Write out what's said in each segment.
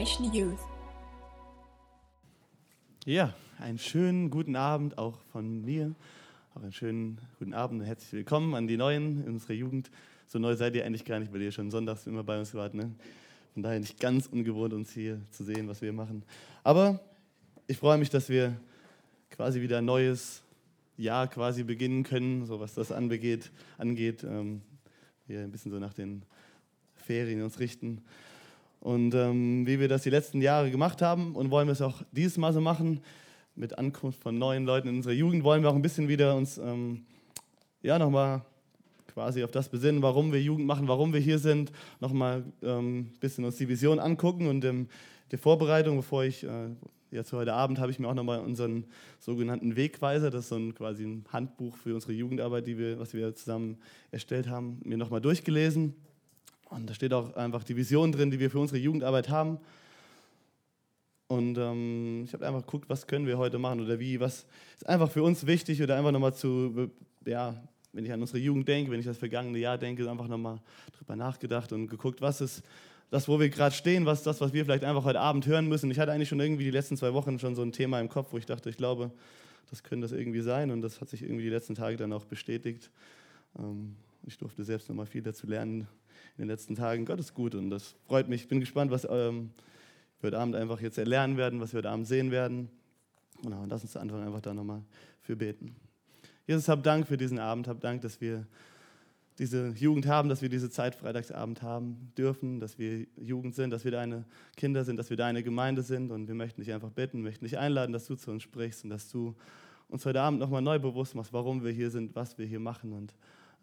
Generation Youth. Ja, einen schönen guten Abend auch von mir. Auch einen schönen guten Abend und herzlich willkommen an die Neuen in unserer Jugend. So neu seid ihr eigentlich gar nicht, weil ihr schon sonntags immer bei uns wart. Ne? Von daher nicht ganz ungewohnt, uns hier zu sehen, was wir machen. Aber ich freue mich, dass wir quasi wieder ein neues Jahr quasi beginnen können, so was das angeht. Wir ein bisschen so nach den Ferien uns richten. Und wie wir das die letzten Jahre gemacht haben und wollen wir es auch dieses Mal so machen, mit Ankunft von neuen Leuten in unserer Jugend, wollen wir auch ein bisschen wieder uns nochmal quasi auf das besinnen, warum wir Jugend machen, warum wir hier sind, nochmal ein bisschen uns die Vision angucken und die Vorbereitung, bevor ich jetzt heute Abend habe ich mir auch nochmal unseren sogenannten Wegweiser, das ist so quasi ein Handbuch für unsere Jugendarbeit, was wir zusammen erstellt haben, mir nochmal durchgelesen. Und da steht auch einfach die Vision drin, die wir für unsere Jugendarbeit haben. Und ich habe einfach geguckt, was können wir heute machen oder wie, was ist einfach für uns wichtig oder einfach nochmal wenn ich an unsere Jugend denke, wenn ich das vergangene Jahr denke, einfach nochmal drüber nachgedacht und geguckt, was ist das, wo wir gerade stehen, was ist das, was wir vielleicht einfach heute Abend hören müssen. Ich hatte eigentlich schon irgendwie die letzten 2 Wochen schon so ein Thema im Kopf, wo ich dachte, ich glaube, das könnte das irgendwie sein und das hat sich irgendwie die letzten Tage dann auch bestätigt. Ich durfte selbst nochmal viel dazu lernen in den letzten Tagen. Gott ist gut und das freut mich. Ich bin gespannt, was wir heute Abend einfach jetzt erlernen werden, was wir heute Abend sehen werden. Genau, und lass uns anfangen, einfach da nochmal für beten. Jesus, hab Dank für diesen Abend, hab Dank, dass wir diese Jugend haben, dass wir diese Zeit Freitagsabend haben dürfen, dass wir Jugend sind, dass wir deine Kinder sind, dass wir deine Gemeinde sind und wir möchten dich einfach bitten, möchten dich einladen, dass du zu uns sprichst und dass du uns heute Abend nochmal neu bewusst machst, warum wir hier sind, was wir hier machen und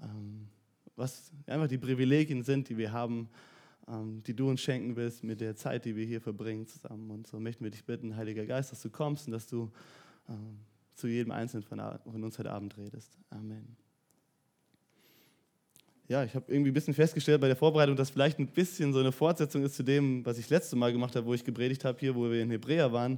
was einfach die Privilegien sind, die wir haben, die du uns schenken willst mit der Zeit, die wir hier verbringen zusammen. Und so möchten wir dich bitten, Heiliger Geist, dass du kommst und dass du zu jedem Einzelnen von uns heute Abend redest. Amen. Ja, ich habe irgendwie ein bisschen festgestellt bei der Vorbereitung, dass vielleicht ein bisschen so eine Fortsetzung ist zu dem, was ich das letzte Mal gemacht habe, wo ich gepredigt habe, hier, wo wir in Hebräer waren,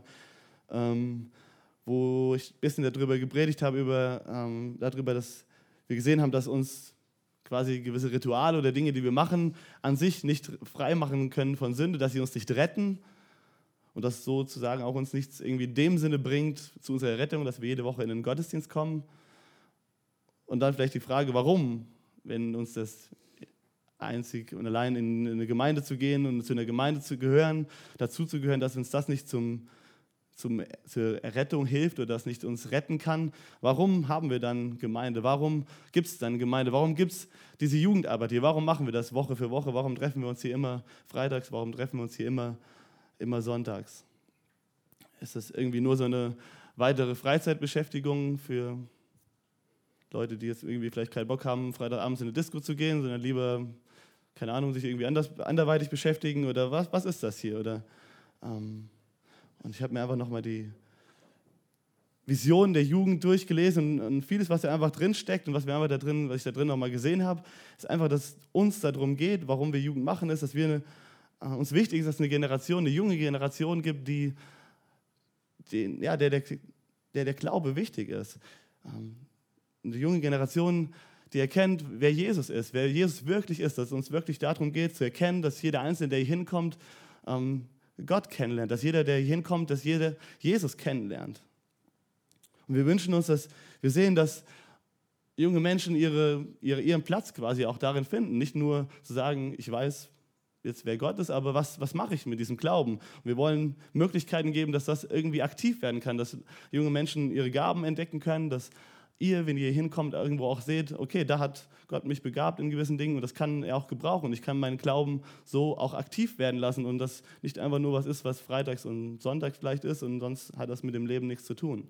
wo ich ein bisschen darüber gepredigt habe, darüber, dass wir gesehen haben, dass uns quasi gewisse Rituale oder Dinge, die wir machen, an sich nicht frei machen können von Sünde, dass sie uns nicht retten und dass sozusagen auch uns nichts irgendwie in dem Sinne bringt zu unserer Rettung, dass wir jede Woche in den Gottesdienst kommen. Und dann vielleicht die Frage, warum, wenn uns das einzig und allein in eine Gemeinde zu gehen und zu einer Gemeinde zu gehören, dazu zu gehören, dass uns das nicht zur Errettung hilft oder das nicht uns retten kann. Warum haben wir dann Gemeinde? Warum gibt es dann Gemeinde? Warum gibt es diese Jugendarbeit hier? Warum machen wir das Woche für Woche? Warum treffen wir uns hier immer freitags? Warum treffen wir uns hier immer sonntags? Ist das irgendwie nur so eine weitere Freizeitbeschäftigung für Leute, die jetzt irgendwie vielleicht keinen Bock haben, Freitagabends in eine Disco zu gehen, sondern lieber, keine Ahnung, sich irgendwie anderweitig beschäftigen? Oder was ist das hier? Und ich habe mir einfach nochmal die Vision der Jugend durchgelesen und vieles, was da einfach drin steckt und was ich da drin nochmal gesehen habe, ist einfach, dass uns darum geht, warum wir Jugend machen, ist, dass uns wichtig ist, dass es eine junge Generation gibt, der Glaube wichtig ist. Eine junge Generation, die erkennt, wer Jesus ist, wer Jesus wirklich ist, dass es uns wirklich darum geht, zu erkennen, dass jeder Einzelne, der hier hinkommt, Gott kennenlernt, dass jeder, der hier hinkommt, dass jeder Jesus kennenlernt. Und wir wünschen uns, dass wir sehen, dass junge Menschen ihren Platz quasi auch darin finden. Nicht nur zu sagen, ich weiß jetzt, wer Gott ist, aber was mache ich mit diesem Glauben? Und wir wollen Möglichkeiten geben, dass das irgendwie aktiv werden kann, dass junge Menschen ihre Gaben entdecken können, dass ihr, wenn ihr hier hinkommt, irgendwo auch seht, okay, da hat Gott mich begabt in gewissen Dingen und das kann er auch gebrauchen. Und ich kann meinen Glauben so auch aktiv werden lassen und das nicht einfach nur was ist, was freitags und sonntags vielleicht ist und sonst hat das mit dem Leben nichts zu tun.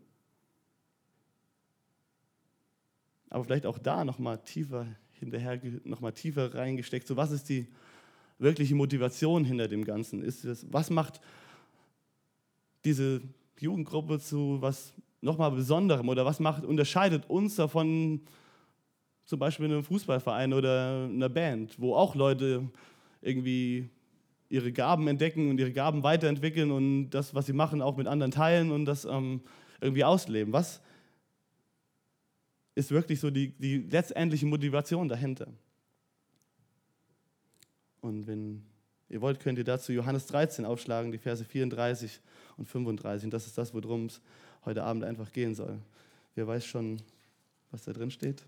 Aber vielleicht auch da nochmal tiefer reingesteckt. So, was ist die wirkliche Motivation hinter dem Ganzen? Was macht diese Jugendgruppe zu was nochmal Besonderem oder unterscheidet uns davon, zum Beispiel in einem Fußballverein oder einer Band, wo auch Leute irgendwie ihre Gaben entdecken und ihre Gaben weiterentwickeln und das, was sie machen, auch mit anderen teilen und das irgendwie ausleben. Was ist wirklich so die letztendliche Motivation dahinter? Und wenn ihr wollt, könnt ihr dazu Johannes 13 aufschlagen, die Verse 34 und 35. Und das ist das, worum es heute Abend einfach gehen soll. Wer weiß schon, was da drin steht?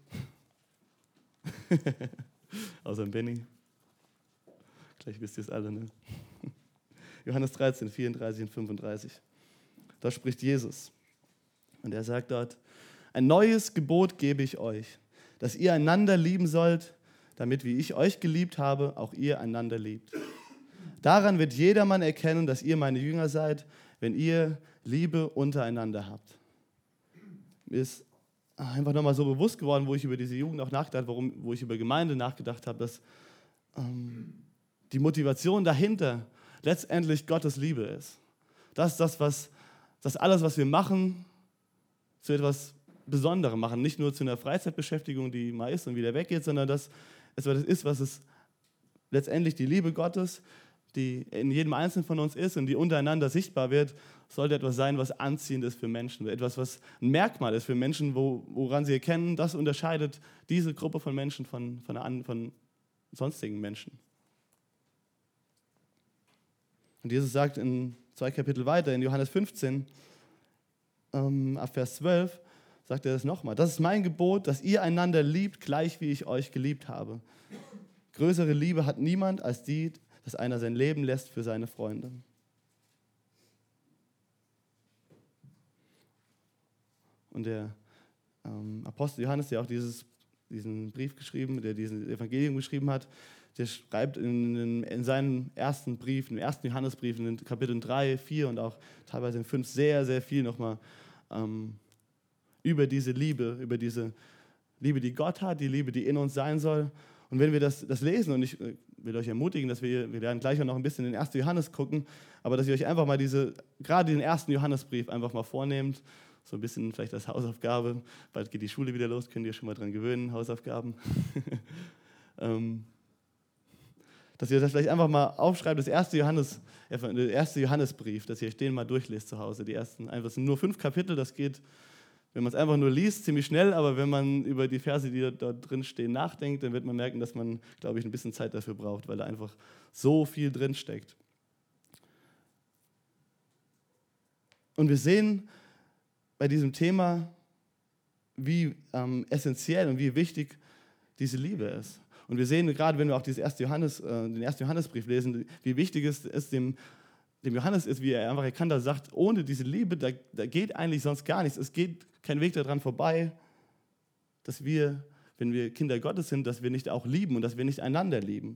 Außer Benny. Gleich wisst ihr es alle, ne? Johannes 13, 34 und 35. Da spricht Jesus. Und er sagt dort: Ein neues Gebot gebe ich euch, dass ihr einander lieben sollt, damit, wie ich euch geliebt habe, auch ihr einander liebt. Daran wird jedermann erkennen, dass ihr meine Jünger seid, wenn ihr Liebe untereinander habt. Mir ist einfach nochmal so bewusst geworden, wo ich über diese Jugend auch nachgedacht habe, wo ich über Gemeinde nachgedacht habe, dass die Motivation dahinter letztendlich Gottes Liebe ist. Das ist das alles, was wir machen, zu etwas Besonderem machen. Nicht nur zu einer Freizeitbeschäftigung, die mal ist und wieder weggeht, sondern dass es etwas ist, was es letztendlich die Liebe Gottes, die in jedem Einzelnen von uns ist und die untereinander sichtbar wird, sollte etwas sein, was anziehend ist für Menschen. Etwas, was ein Merkmal ist für Menschen, woran sie erkennen, das unterscheidet diese Gruppe von Menschen von sonstigen Menschen. Und Jesus sagt in 2 Kapitel weiter, in Johannes 15, ab Vers 12, sagt er das nochmal. Das ist mein Gebot, dass ihr einander liebt, gleich wie ich euch geliebt habe. Größere Liebe hat niemand als die, dass einer sein Leben lässt für seine Freunde. Und der Apostel Johannes, der auch diesen Brief geschrieben, der diesen Evangelium geschrieben hat, der schreibt in seinem ersten Brief, im ersten Johannesbrief, in den Kapiteln 3, 4 und auch teilweise in 5 sehr, sehr viel nochmal über diese Liebe, die Gott hat, die Liebe, die in uns sein soll. Und wenn wir das lesen, und ich will euch ermutigen, dass wir werden gleich auch noch ein bisschen in den 1. Johannes gucken, aber dass ihr euch einfach mal gerade den ersten Johannesbrief einfach mal vornehmt, so ein bisschen vielleicht als Hausaufgabe. Bald geht die Schule wieder los, könnt ihr schon mal dran gewöhnen, Hausaufgaben. Dass ihr das vielleicht einfach mal aufschreibt, der erste Johannesbrief, dass ihr euch den mal durchlest zu Hause. Das sind nur 5 Kapitel, das geht, wenn man es einfach nur liest, ziemlich schnell, aber wenn man über die Verse, die dort drin stehen, nachdenkt, dann wird man merken, dass man, glaube ich, ein bisschen Zeit dafür braucht, weil da einfach so viel drin steckt. Und wir sehen bei diesem Thema, wie essentiell und wie wichtig diese Liebe ist. Und wir sehen gerade, wenn wir auch den 1. Johannesbrief lesen, wie wichtig es dem Johannes ist, wie er einfach erkannt hat, sagt, ohne diese Liebe, da geht eigentlich sonst gar nichts. Es geht kein Weg daran vorbei, dass wir, wenn wir Kinder Gottes sind, dass wir nicht auch lieben und dass wir nicht einander lieben.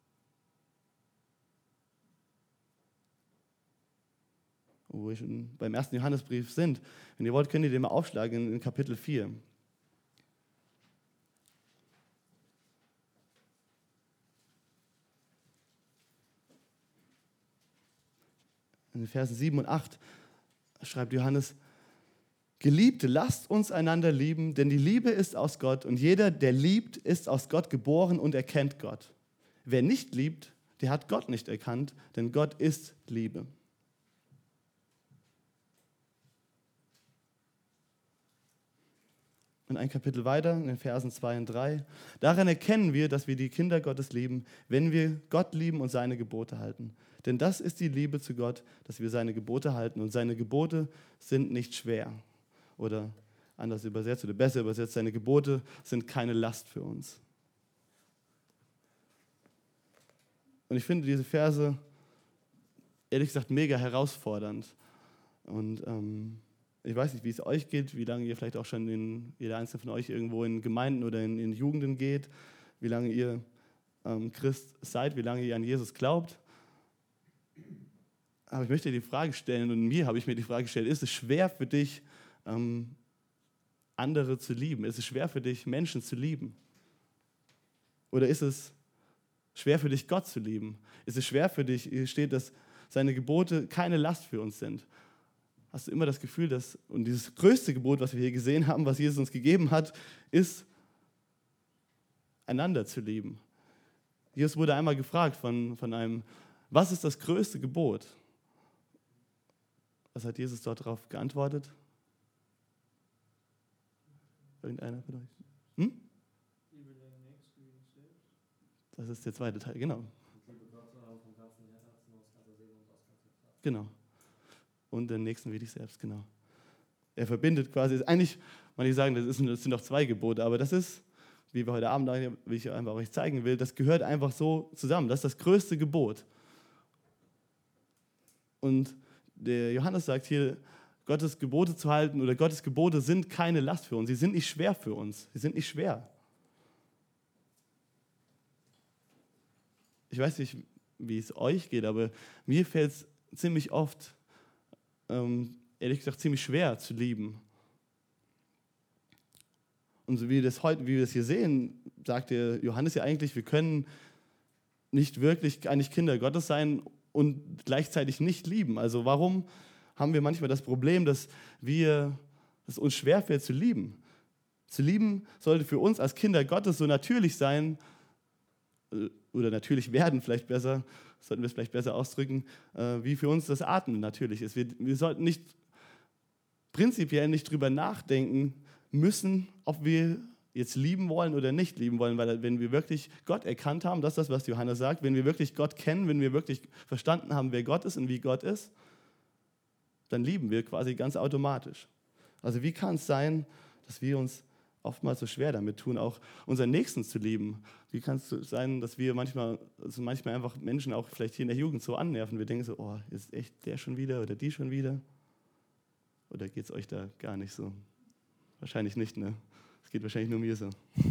Wo wir schon beim 1. Johannesbrief sind. Wenn ihr wollt, könnt ihr den mal aufschlagen in Kapitel 4. In den Versen 7 und 8 schreibt Johannes: Geliebte, lasst uns einander lieben, denn die Liebe ist aus Gott und jeder, der liebt, ist aus Gott geboren und erkennt Gott. Wer nicht liebt, der hat Gott nicht erkannt, denn Gott ist Liebe. Und ein Kapitel weiter, in den Versen 2 und 3. Daran erkennen wir, dass wir die Kinder Gottes lieben, wenn wir Gott lieben und seine Gebote halten. Denn das ist die Liebe zu Gott, dass wir seine Gebote halten. Und seine Gebote sind nicht schwer. Oder anders übersetzt oder besser übersetzt, seine Gebote sind keine Last für uns. Und ich finde diese Verse, ehrlich gesagt, mega herausfordernd. Und ich weiß nicht, wie es euch geht, wie lange ihr vielleicht auch schon jeder einzelne von euch irgendwo in Gemeinden oder in Jugenden geht, wie lange ihr Christ seid, wie lange ihr an Jesus glaubt. Aber ich möchte dir die Frage stellen, und habe ich mir die Frage gestellt, ist es schwer für dich, andere zu lieben? Ist es schwer für dich, Menschen zu lieben? Oder ist es schwer für dich, Gott zu lieben? Ist es schwer für dich, hier steht, dass seine Gebote keine Last für uns sind? Hast du immer das Gefühl, und dieses größte Gebot, was wir hier gesehen haben, was Jesus uns gegeben hat, ist, einander zu lieben. Jesus wurde einmal gefragt von einem, was ist das größte Gebot? Was hat Jesus dort darauf geantwortet? Irgendeiner von euch? Das ist der zweite Teil, genau. Liebe Gott von ganzem Genau. Und den nächsten wie dich selbst, genau. Er verbindet quasi, eigentlich, manche sagen, das sind doch 2 Gebote, aber das ist, wie wir heute Abend, wie ich einfach euch zeigen will, das gehört einfach so zusammen. Das ist das größte Gebot. Und der Johannes sagt hier, Gottes Gebote zu halten oder Gottes Gebote sind keine Last für uns. Sie sind nicht schwer für uns. Sie sind nicht schwer. Ich weiß nicht, wie es euch geht, aber mir fällt es ziemlich oft, ehrlich gesagt, ziemlich schwer zu lieben. Und so wie wir das hier sehen, sagt der Johannes ja eigentlich, wir können nicht wirklich eigentlich Kinder Gottes sein und gleichzeitig nicht lieben. Also warum haben wir manchmal das Problem, dass es uns schwerfällt zu lieben? Zu lieben sollte für uns als Kinder Gottes so natürlich sein, oder natürlich werden vielleicht besser, sollten wir es vielleicht besser ausdrücken, wie für uns das Atmen natürlich ist. Wir sollten prinzipiell nicht drüber nachdenken müssen, ob wir jetzt lieben wollen oder nicht lieben wollen, weil wenn wir wirklich Gott erkannt haben, das ist das, was Johannes sagt, wenn wir wirklich Gott kennen, wenn wir wirklich verstanden haben, wer Gott ist und wie Gott ist, dann lieben wir quasi ganz automatisch. Also wie kann es sein, dass wir uns oftmals so schwer damit tun, auch unseren Nächsten zu lieben? Wie kann es sein, dass wir manchmal einfach Menschen auch vielleicht hier in der Jugend so annerven? Wir denken so, oh, ist echt der schon wieder oder die schon wieder? Oder geht es euch da gar nicht so? Wahrscheinlich nicht, ne? Es geht wahrscheinlich nur mir so.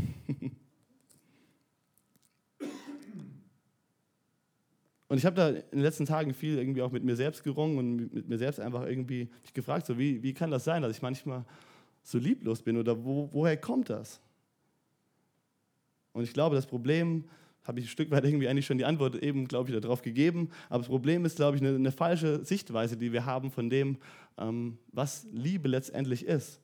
Und ich habe da in den letzten Tagen viel irgendwie auch mit mir selbst gerungen und mit mir selbst einfach irgendwie mich gefragt, so wie kann das sein, dass ich manchmal so lieblos bin oder woher kommt das? Und ich glaube, das Problem, habe ich ein Stück weit irgendwie eigentlich schon die Antwort eben, glaube ich, darauf gegeben, aber das Problem ist, glaube ich, eine falsche Sichtweise, die wir haben von dem, was Liebe letztendlich ist.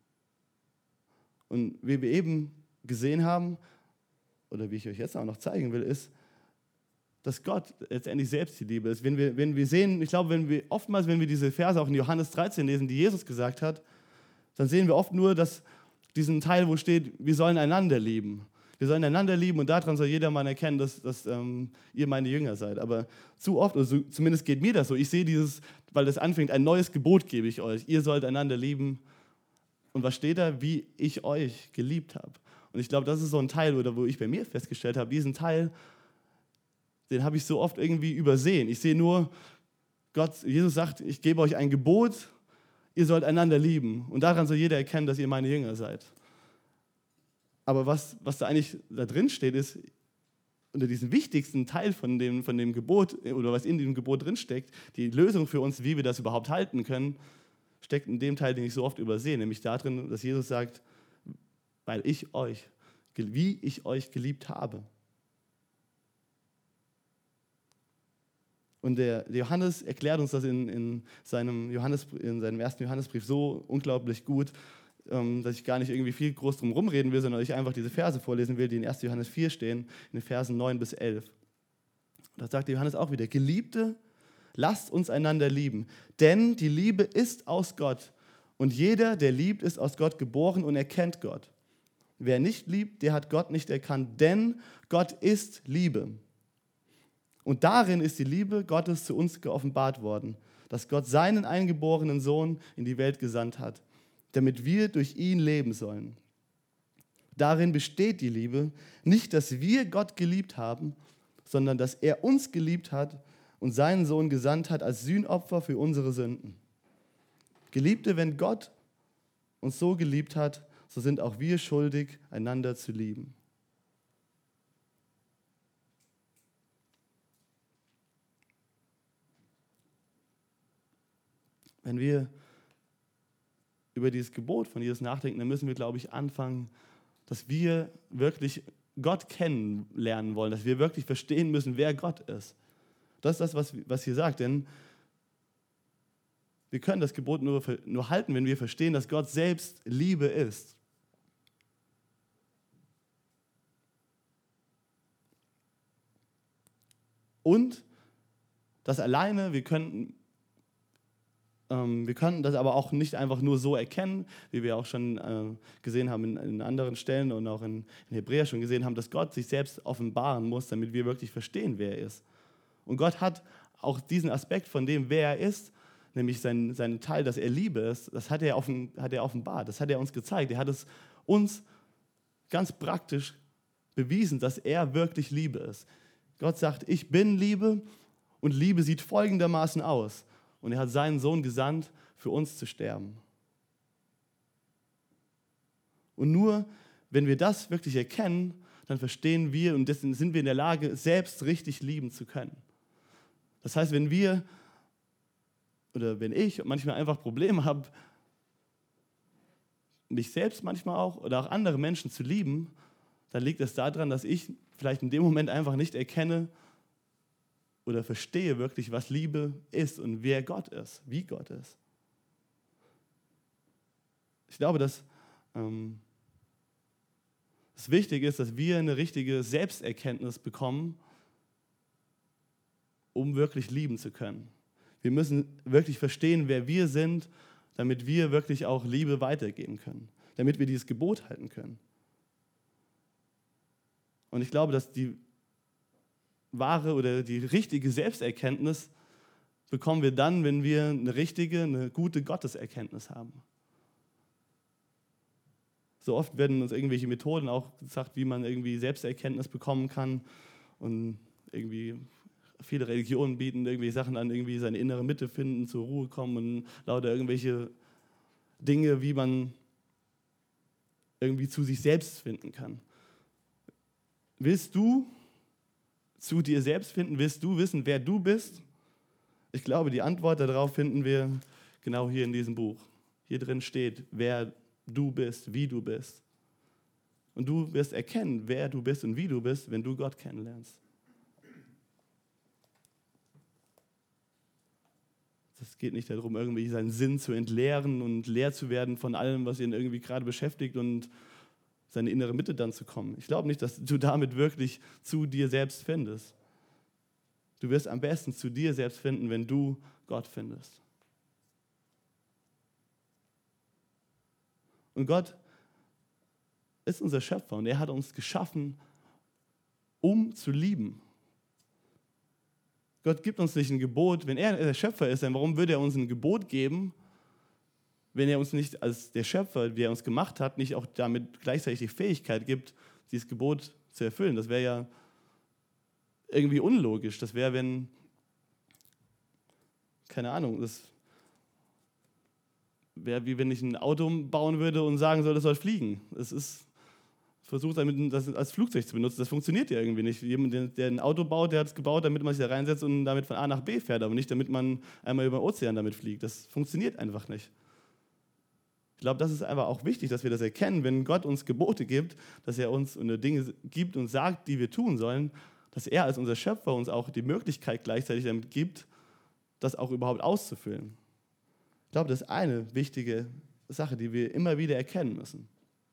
Und wie wir eben gesehen haben, oder wie ich euch jetzt auch noch zeigen will, ist, dass Gott letztendlich selbst die Liebe ist. Wenn wir sehen, ich glaube, wenn wir diese Verse auch in Johannes 13 lesen, die Jesus gesagt hat, dann sehen wir oft nur diesen Teil, wo steht, wir sollen einander lieben. Wir sollen einander lieben und daran soll jedermann erkennen, dass ihr meine Jünger seid. Aber zu oft, also zumindest geht mir das so, ich sehe weil das anfängt, ein neues Gebot gebe ich euch. Ihr sollt einander lieben. Und was steht da? Wie ich euch geliebt habe. Und ich glaube, das ist so ein Teil, wo ich bei mir festgestellt habe, diesen Teil, den habe ich so oft irgendwie übersehen. Ich sehe nur, Jesus sagt, ich gebe euch ein Gebot, ihr sollt einander lieben. Und daran soll jeder erkennen, dass ihr meine Jünger seid. Aber was da eigentlich da drin steht, ist, unter diesem wichtigsten Teil von dem Gebot, oder was in diesem Gebot drin steckt, die Lösung für uns, wie wir das überhaupt halten können, steckt in dem Teil, den ich so oft übersehe, nämlich darin, dass Jesus sagt, wie ich euch geliebt habe. Und der Johannes erklärt uns das in seinem ersten Johannesbrief so unglaublich gut, dass ich gar nicht irgendwie viel groß drum rumreden will, sondern ich einfach diese Verse vorlesen will, die in 1. Johannes 4 stehen, in den Versen 9 bis 11. Da sagt der Johannes auch wieder, Geliebte, lasst uns einander lieben, denn die Liebe ist aus Gott und jeder, der liebt, ist aus Gott geboren und erkennt Gott. Wer nicht liebt, der hat Gott nicht erkannt, denn Gott ist Liebe. Und darin ist die Liebe Gottes zu uns geoffenbart worden, dass Gott seinen eingeborenen Sohn in die Welt gesandt hat, damit wir durch ihn leben sollen. Darin besteht die Liebe, nicht, dass wir Gott geliebt haben, sondern dass er uns geliebt hat und seinen Sohn gesandt hat als Sühnopfer für unsere Sünden. Geliebte, wenn Gott uns so geliebt hat, so sind auch wir schuldig, einander zu lieben. Wenn wir über dieses Gebot von Jesus nachdenken, dann müssen wir, glaube ich, anfangen, dass wir wirklich Gott kennenlernen wollen, dass wir wirklich verstehen müssen, wer Gott ist. Das ist das, was hier sagt, denn wir können das Gebot nur halten, wenn wir verstehen, dass Gott selbst Liebe ist. Und das alleine, wir könnten das aber auch nicht einfach nur so erkennen, wie wir auch schon gesehen haben in anderen Stellen und auch in Hebräer schon gesehen haben, dass Gott sich selbst offenbaren muss, damit wir wirklich verstehen, wer er ist. Und Gott hat auch diesen Aspekt von dem, wer er ist, nämlich seinen Teil, dass er Liebe ist, das hat er offenbart, das hat er uns gezeigt. Er hat es uns ganz praktisch bewiesen, dass er wirklich Liebe ist. Gott sagt, ich bin Liebe und Liebe sieht folgendermaßen aus. Und er hat seinen Sohn gesandt, für uns zu sterben. Und nur wenn wir das wirklich erkennen, dann verstehen wir und deswegen sind wir in der Lage, selbst richtig lieben zu können. Das heißt, wenn ich manchmal einfach Probleme habe, mich selbst manchmal auch oder auch andere Menschen zu lieben, dann liegt es daran, dass ich vielleicht in dem Moment einfach nicht erkenne oder verstehe wirklich, was Liebe ist und wer Gott ist, wie Gott ist. Ich glaube, dass es wichtig ist, dass wir eine richtige Selbsterkenntnis bekommen, um wirklich lieben zu können. Wir müssen wirklich verstehen, wer wir sind, damit wir wirklich auch Liebe weitergeben können, damit wir dieses Gebot halten können. Und ich glaube, dass die wahre oder die richtige Selbsterkenntnis bekommen wir dann, wenn wir eine gute Gotteserkenntnis haben. So oft werden uns irgendwelche Methoden auch gesagt, wie man irgendwie Selbsterkenntnis bekommen kann und irgendwie viele Religionen bieten irgendwie Sachen an, irgendwie seine innere Mitte finden, zur Ruhe kommen und lauter irgendwelche Dinge, wie man irgendwie zu sich selbst finden kann. Willst du zu dir selbst finden? Willst du wissen, wer du bist? Ich glaube, die Antwort darauf finden wir genau hier in diesem Buch. Hier drin steht, wer du bist, wie du bist. Und du wirst erkennen, wer du bist und wie du bist, wenn du Gott kennenlernst. Es geht nicht darum, irgendwie seinen Sinn zu entleeren und leer zu werden von allem, was ihn irgendwie gerade beschäftigt und seine innere Mitte dann zu kommen. Ich glaube nicht, dass du damit wirklich zu dir selbst findest. Du wirst am besten zu dir selbst finden, wenn du Gott findest. Und Gott ist unser Schöpfer und er hat uns geschaffen, um zu lieben. Gott gibt uns nicht ein Gebot. Wenn er der Schöpfer ist, dann warum würde er uns ein Gebot geben, wenn er uns nicht als der Schöpfer, der uns gemacht hat, nicht auch damit gleichzeitig die Fähigkeit gibt, dieses Gebot zu erfüllen? Das wäre ja irgendwie unlogisch. Das wäre, wenn, keine Ahnung, das wäre wie wenn ich ein Auto bauen würde und sagen soll, das soll fliegen. Es ist versucht damit, das als Flugzeug zu benutzen. Das funktioniert ja irgendwie nicht. Jemand, der ein Auto baut, der hat es gebaut, damit man sich da reinsetzt und damit von A nach B fährt, aber nicht, damit man einmal über den Ozean damit fliegt. Das funktioniert einfach nicht. Ich glaube, das ist einfach auch wichtig, dass wir das erkennen, wenn Gott uns Gebote gibt, dass er uns Dinge gibt und sagt, die wir tun sollen, dass er als unser Schöpfer uns auch die Möglichkeit gleichzeitig damit gibt, das auch überhaupt auszufüllen. Ich glaube, das ist eine wichtige Sache, die wir immer wieder erkennen müssen.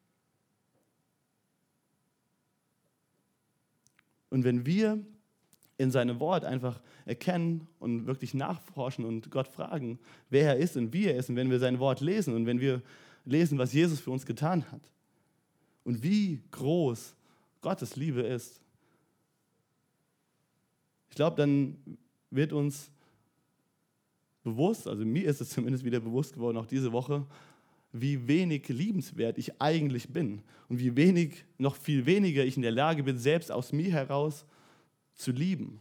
Und wenn wir in seinem Wort einfach erkennen und wirklich nachforschen und Gott fragen, wer er ist und wie er ist, und wenn wir sein Wort lesen und wenn wir lesen, was Jesus für uns getan hat und wie groß Gottes Liebe ist, ich glaube, dann wird uns bewusst, also mir ist es zumindest wieder bewusst geworden, auch diese Woche, wie wenig liebenswert ich eigentlich bin und wie wenig, noch viel weniger ich in der Lage bin, selbst aus mir heraus zu lieben.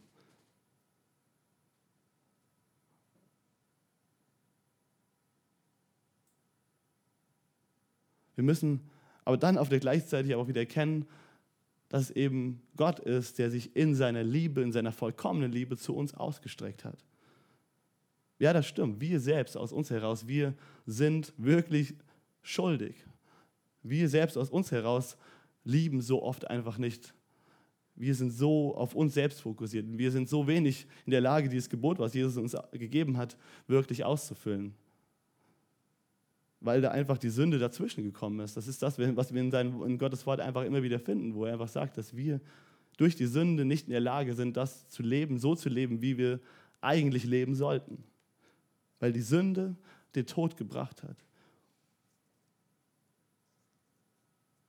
Wir müssen aber dann auf der gleichzeitig auch wieder erkennen, dass es eben Gott ist, der sich in seiner Liebe, in seiner vollkommenen Liebe zu uns ausgestreckt hat. Ja, das stimmt. Wir selbst aus uns heraus, wir sind wirklich schuldig. Wir selbst aus uns heraus lieben so oft einfach nicht. Wir sind so auf uns selbst fokussiert. Wir sind so wenig in der Lage, dieses Gebot, was Jesus uns gegeben hat, wirklich auszufüllen. Weil da einfach die Sünde dazwischen gekommen ist. Das ist das, was wir in Gottes Wort einfach immer wieder finden, wo er einfach sagt, dass wir durch die Sünde nicht in der Lage sind, das zu leben, so zu leben, wie wir eigentlich leben sollten. Weil die Sünde den Tod gebracht hat.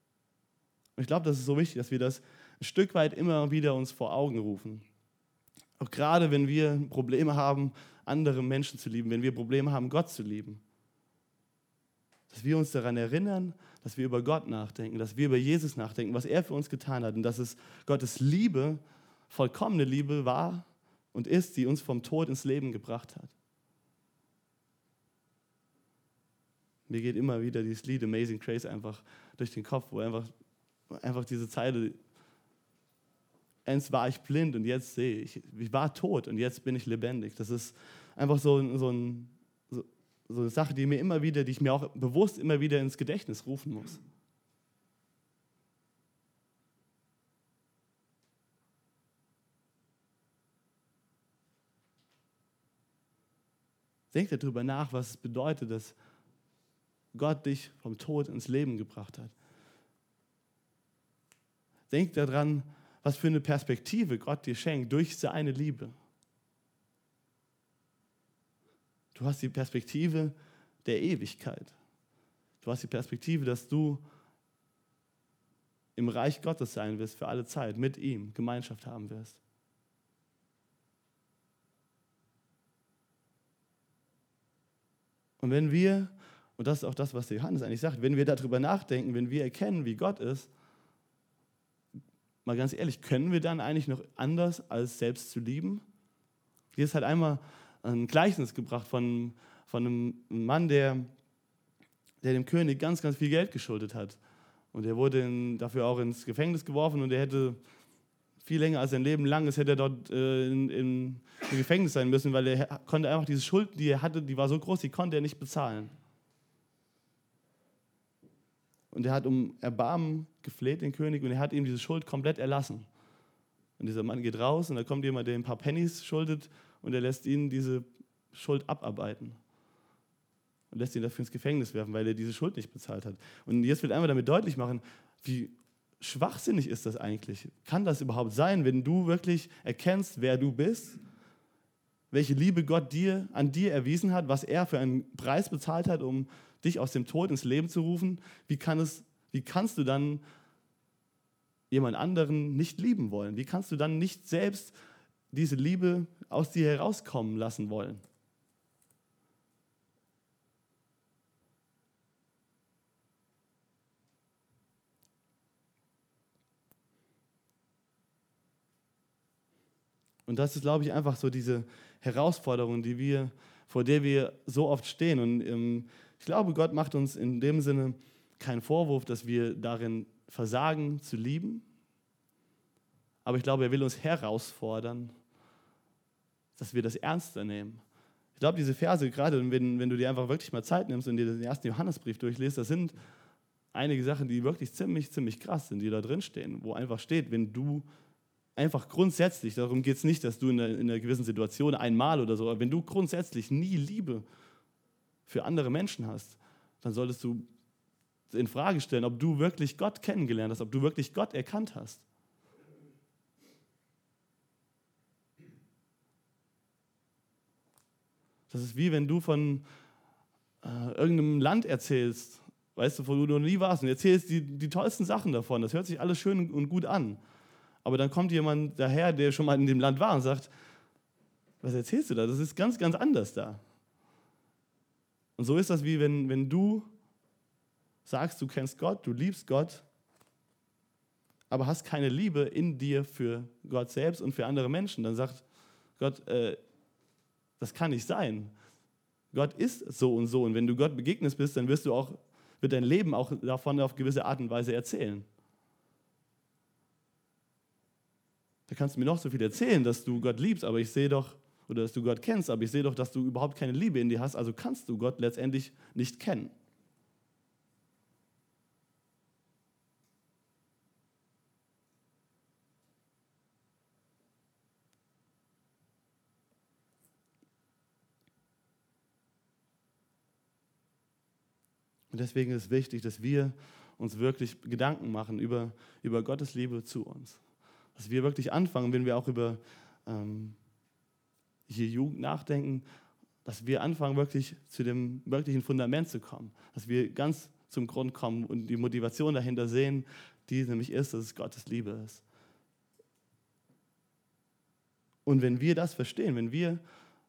Und ich glaube, das ist so wichtig, dass wir das ein Stück weit immer wieder uns vor Augen rufen. Auch gerade wenn wir Probleme haben, andere Menschen zu lieben, wenn wir Probleme haben, Gott zu lieben. Dass wir uns daran erinnern, dass wir über Gott nachdenken, dass wir über Jesus nachdenken, was er für uns getan hat und dass es Gottes Liebe, vollkommene Liebe war und ist, die uns vom Tod ins Leben gebracht hat. Mir geht immer wieder dieses Lied Amazing Grace einfach durch den Kopf, wo einfach diese Zeile, einst war ich blind und jetzt sehe ich. Ich war tot und jetzt bin ich lebendig. Das ist einfach so eine Sache, die ich mir auch bewusst immer wieder ins Gedächtnis rufen muss. Denk darüber nach, was es bedeutet, dass Gott dich vom Tod ins Leben gebracht hat. Denk daran, was für eine Perspektive Gott dir schenkt durch seine Liebe. Du hast die Perspektive der Ewigkeit. Du hast die Perspektive, dass du im Reich Gottes sein wirst für alle Zeit, mit ihm Gemeinschaft haben wirst. Und wenn wir, und das ist auch das, was der Johannes eigentlich sagt, wenn wir darüber nachdenken, wenn wir erkennen, wie Gott ist, mal ganz ehrlich, können wir dann eigentlich noch anders, als selbst zu lieben? Jesus hat einmal ein Gleichnis gebracht von einem Mann, der dem König ganz, ganz viel Geld geschuldet hat. Und er wurde dafür auch ins Gefängnis geworfen und er hätte viel länger als sein Leben lang ist, hätte er dort im Gefängnis sein müssen, weil er konnte einfach diese Schuld, die er hatte, die war so groß, die konnte er nicht bezahlen. Und er hat um Erbarmen gefleht, den König, und er hat ihm diese Schuld komplett erlassen. Und dieser Mann geht raus und da kommt jemand, der ihm ein paar Pennies schuldet und er lässt ihn diese Schuld abarbeiten. Und lässt ihn dafür ins Gefängnis werfen, weil er diese Schuld nicht bezahlt hat. Und jetzt will einmal damit deutlich machen, wie schwachsinnig ist das eigentlich? Kann das überhaupt sein, wenn du wirklich erkennst, wer du bist, welche Liebe Gott an dir erwiesen hat, was er für einen Preis bezahlt hat, um dich aus dem Tod ins Leben zu rufen? Wie kannst du dann jemand anderen nicht lieben wollen? Wie kannst du dann nicht selbst diese Liebe aus dir herauskommen lassen wollen? Und das ist, glaube ich, einfach so diese Herausforderung, vor der wir so oft stehen. Und ich glaube, Gott macht uns in dem Sinne keinen Vorwurf, dass wir darin versagen zu lieben. Aber ich glaube, er will uns herausfordern, dass wir das ernster nehmen. Ich glaube, diese Verse, gerade wenn du dir einfach wirklich mal Zeit nimmst und dir den ersten Johannesbrief durchliest, das sind einige Sachen, die wirklich ziemlich, ziemlich krass sind, die da drin stehen, wo einfach steht, wenn du einfach grundsätzlich, darum geht es nicht, dass du in einer gewissen Situation einmal oder so, aber wenn du grundsätzlich nie Liebe für andere Menschen hast, dann solltest du in Frage stellen, ob du wirklich Gott kennengelernt hast, ob du wirklich Gott erkannt hast. Das ist wie wenn du von irgendeinem Land erzählst, weißt du, wo du noch nie warst, und erzählst die tollsten Sachen davon. Das hört sich alles schön und gut an. Aber dann kommt jemand daher, der schon mal in dem Land war und sagt, was erzählst du da? Das ist ganz, ganz anders da. Und so ist das wie wenn du sagst, du kennst Gott, du liebst Gott, aber hast keine Liebe in dir für Gott selbst und für andere Menschen. Dann sagt Gott, das kann nicht sein. Gott ist so und so. Und wenn du Gott begegnet bist, dann wird dein Leben auch davon auf gewisse Art und Weise erzählen. Da kannst du mir noch so viel erzählen, dass du Gott liebst, aber ich sehe doch, oder dass du Gott kennst, aber ich sehe doch, dass du überhaupt keine Liebe in dir hast, also kannst du Gott letztendlich nicht kennen. Und deswegen ist es wichtig, dass wir uns wirklich Gedanken machen über Gottes Liebe zu uns. Dass wir wirklich anfangen, wenn wir auch über hier Jugend nachdenken, dass wir anfangen, wirklich zu dem wirklichen Fundament zu kommen. Dass wir ganz zum Grund kommen und die Motivation dahinter sehen, die nämlich ist, dass es Gottes Liebe ist. Und wenn wir das verstehen, wenn wir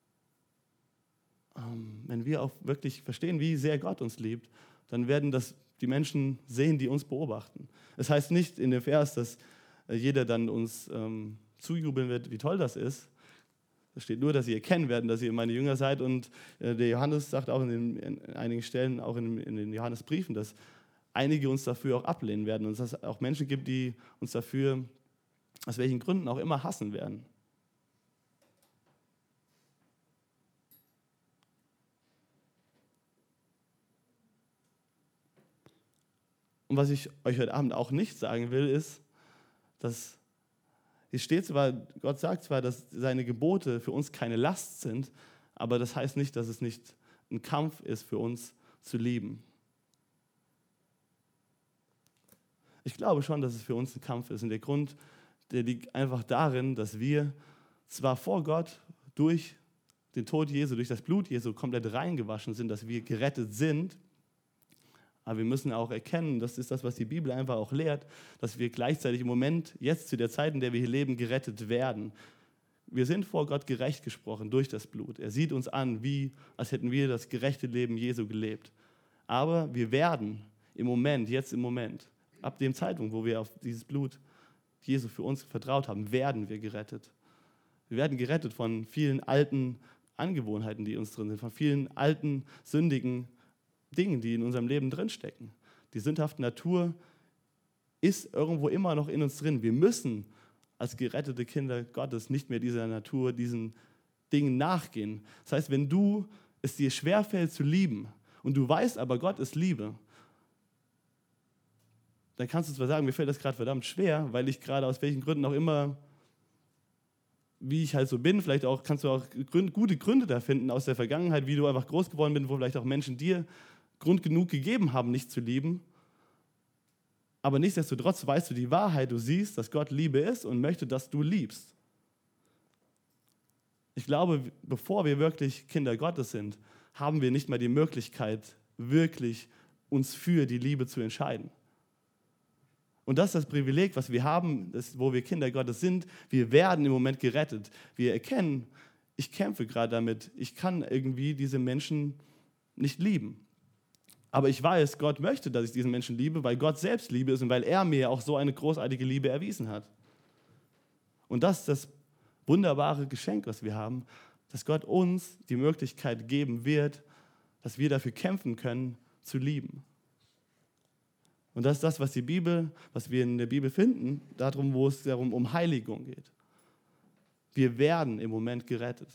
auch wirklich verstehen, wie sehr Gott uns liebt, dann werden das die Menschen sehen, die uns beobachten. Es heißt nicht in dem Vers, dass jeder dann uns zujubeln wird, wie toll das ist. Da steht nur, dass sie erkennen werden, dass ihr meine Jünger seid. Und der Johannes sagt auch in einigen Stellen, auch in den Johannesbriefen, dass einige uns dafür auch ablehnen werden und dass es auch Menschen gibt, die uns dafür, aus welchen Gründen auch immer, hassen werden. Und was ich euch heute Abend auch nicht sagen will, ist, dass es steht zwar, Gott sagt zwar, dass seine Gebote für uns keine Last sind, aber das heißt nicht, dass es nicht ein Kampf ist für uns zu lieben. Ich glaube schon, dass es für uns ein Kampf ist. Und der Grund, der liegt einfach darin, dass wir zwar vor Gott durch den Tod Jesu, durch das Blut Jesu komplett reingewaschen sind, dass wir gerettet sind, aber wir müssen auch erkennen, das ist das, was die Bibel einfach auch lehrt, dass wir gleichzeitig im Moment, jetzt zu der Zeit, in der wir hier leben, gerettet werden. Wir sind vor Gott gerecht gesprochen durch das Blut. Er sieht uns an, wie als hätten wir das gerechte Leben Jesu gelebt. Aber wir werden im Moment, ab dem Zeitpunkt, wo wir auf dieses Blut Jesu für uns vertraut haben, werden wir gerettet. Wir werden gerettet von vielen alten Angewohnheiten, die in uns drin sind, von vielen alten, sündigen Dingen, die in unserem Leben drinstecken. Die sündhafte Natur ist irgendwo immer noch in uns drin. Wir müssen als gerettete Kinder Gottes nicht mehr dieser Natur, diesen Dingen nachgehen. Das heißt, wenn es dir schwerfällt zu lieben und du weißt aber, Gott ist Liebe, dann kannst du zwar sagen, mir fällt das gerade verdammt schwer, weil ich gerade aus welchen Gründen auch immer, wie ich halt so bin, vielleicht auch kannst du auch gute Gründe da finden aus der Vergangenheit, wie du einfach groß geworden bist, wo vielleicht auch Menschen dir Grund genug gegeben haben, nicht zu lieben. Aber nichtsdestotrotz weißt du die Wahrheit, du siehst, dass Gott Liebe ist und möchte, dass du liebst. Ich glaube, bevor wir wirklich Kinder Gottes sind, haben wir nicht mal die Möglichkeit, wirklich uns für die Liebe zu entscheiden. Und das ist das Privileg, was wir haben, wo wir Kinder Gottes sind. Wir werden im Moment gerettet. Wir erkennen, ich kämpfe gerade damit. Ich kann irgendwie diese Menschen nicht lieben. Aber ich weiß, Gott möchte, dass ich diesen Menschen liebe, weil Gott selbst Liebe ist und weil er mir auch so eine großartige Liebe erwiesen hat. Und das ist das wunderbare Geschenk, was wir haben, dass Gott uns die Möglichkeit geben wird, dass wir dafür kämpfen können, zu lieben. Und das ist das, was wir in der Bibel finden, wo es darum um Heiligung geht. Wir werden im Moment gerettet.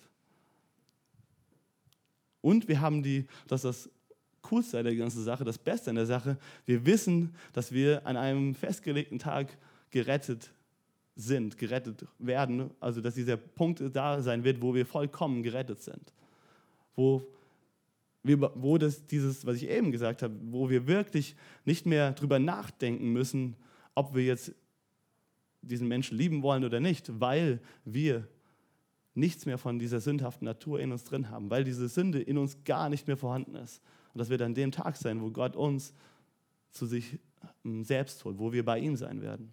Und wir haben das ist das Coolste an der ganzen Sache, das Beste an der Sache, wir wissen, dass wir an einem festgelegten Tag gerettet werden, also dass dieser Punkt da sein wird, wo wir vollkommen gerettet sind. Wo dieses, was ich eben gesagt habe, wo wir wirklich nicht mehr drüber nachdenken müssen, ob wir jetzt diesen Menschen lieben wollen oder nicht, weil wir nichts mehr von dieser sündhaften Natur in uns drin haben, weil diese Sünde in uns gar nicht mehr vorhanden ist. Und das wird an dem Tag sein, wo Gott uns zu sich selbst holt, wo wir bei ihm sein werden.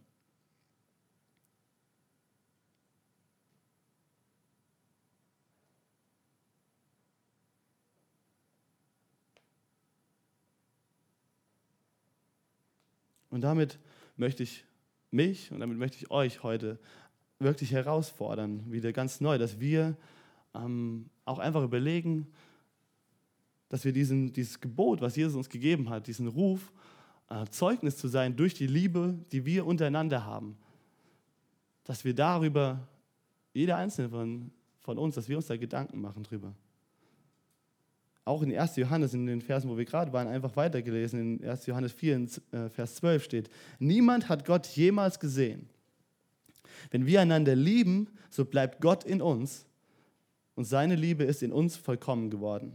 Und damit möchte ich euch heute wirklich herausfordern, wieder ganz neu, dass wir auch einfach überlegen, dass wir dieses Gebot, was Jesus uns gegeben hat, diesen Ruf, Zeugnis zu sein durch die Liebe, die wir untereinander haben, dass wir darüber, jeder Einzelne von uns, dass wir uns da Gedanken machen drüber. Auch in 1. Johannes, in den Versen, wo wir gerade waren, einfach weitergelesen, in 1. Johannes 4, Vers 12 steht, niemand hat Gott jemals gesehen. Wenn wir einander lieben, so bleibt Gott in uns und seine Liebe ist in uns vollkommen geworden.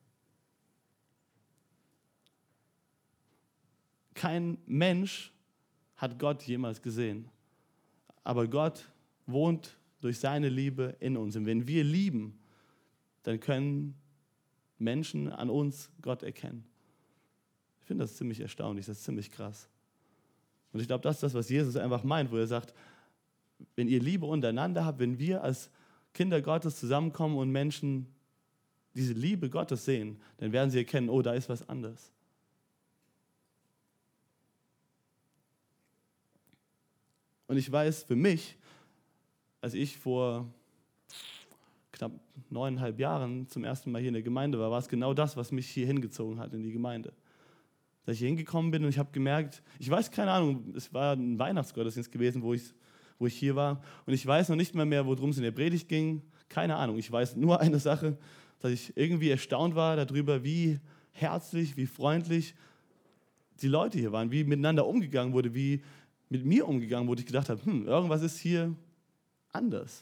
Kein Mensch hat Gott jemals gesehen, aber Gott wohnt durch seine Liebe in uns. Und wenn wir lieben, dann können Menschen an uns Gott erkennen. Ich finde das ziemlich erstaunlich, das ist ziemlich krass. Und ich glaube, das ist das, was Jesus einfach meint, wo er sagt, wenn ihr Liebe untereinander habt, wenn wir als Kinder Gottes zusammenkommen und Menschen diese Liebe Gottes sehen, dann werden sie erkennen, oh, da ist was anderes. Und ich weiß für mich, als ich vor knapp 9,5 Jahren zum ersten Mal hier in der Gemeinde war es genau das, was mich hier hingezogen hat in die Gemeinde. Dass ich hier hingekommen bin und ich habe gemerkt, ich weiß, keine Ahnung, es war ein Weihnachtsgottesdienst gewesen, wo ich hier war. Und ich weiß noch nicht mehr, worum es in der Predigt ging. Keine Ahnung, ich weiß nur eine Sache, dass ich irgendwie erstaunt war darüber, wie herzlich, wie freundlich die Leute hier waren, wie miteinander umgegangen wurde, wie mit mir umgegangen wurde. Ich gedacht habe, irgendwas ist hier anders.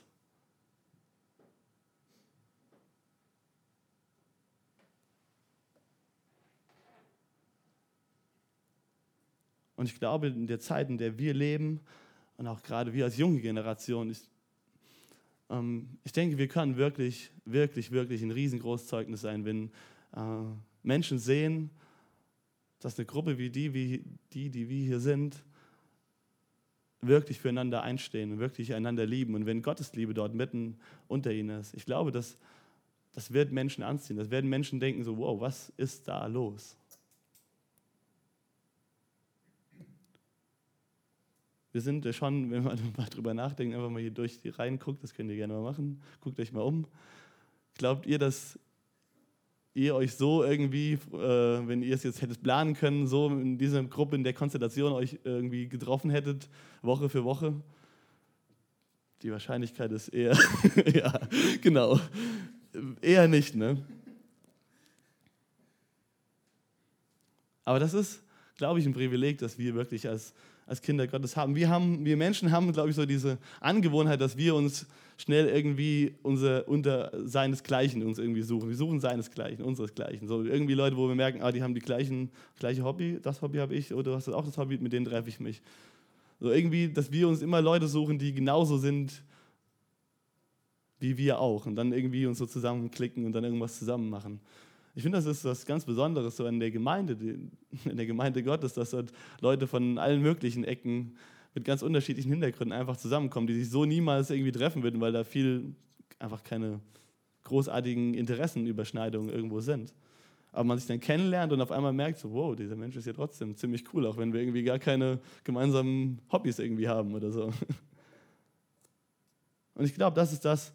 Und ich glaube, in der Zeit, in der wir leben, und auch gerade wir als junge Generation, ich denke, wir können wirklich, wirklich, wirklich ein riesengroßes Zeugnis sein, wenn Menschen sehen, dass eine Gruppe wie die wir hier sind, wirklich füreinander einstehen und wirklich einander lieben. Und wenn Gottes Liebe dort mitten unter ihnen ist, ich glaube, das wird Menschen anziehen. Das werden Menschen denken so, wow, was ist da los? Wir sind ja schon, wenn man mal drüber nachdenkt, einfach mal hier durch die Reihen guckt, das könnt ihr gerne mal machen, guckt euch mal um. Glaubt ihr, dass ihr euch so irgendwie, wenn ihr es jetzt hättet planen können, so in dieser Gruppe, in der Konstellation euch irgendwie getroffen hättet, Woche für Woche? Die Wahrscheinlichkeit ist eher, ja, genau, eher nicht, ne? Aber das ist, glaube ich, ein Privileg, das wir wirklich als Kinder Gottes haben. Wir Menschen haben, glaube ich, so diese Angewohnheit, dass wir uns schnell irgendwie unter seinesgleichen uns irgendwie suchen. Wir suchen seinesgleichen, unseresgleichen. So irgendwie Leute, wo wir merken, die haben gleiche Hobby, das Hobby habe ich, oder du hast auch das Hobby, mit denen treffe ich mich. So irgendwie, dass wir uns immer Leute suchen, die genauso sind wie wir auch und dann irgendwie uns so zusammenklicken und dann irgendwas zusammen machen. Ich finde, das ist was ganz Besonderes so in der Gemeinde Gottes, dass dort Leute von allen möglichen Ecken mit ganz unterschiedlichen Hintergründen einfach zusammenkommen, die sich so niemals irgendwie treffen würden, weil da einfach keine großartigen Interessenüberschneidungen irgendwo sind. Aber man sich dann kennenlernt und auf einmal merkt so, wow, dieser Mensch ist ja trotzdem ziemlich cool, auch wenn wir irgendwie gar keine gemeinsamen Hobbys irgendwie haben oder so. Und ich glaube, das ist das,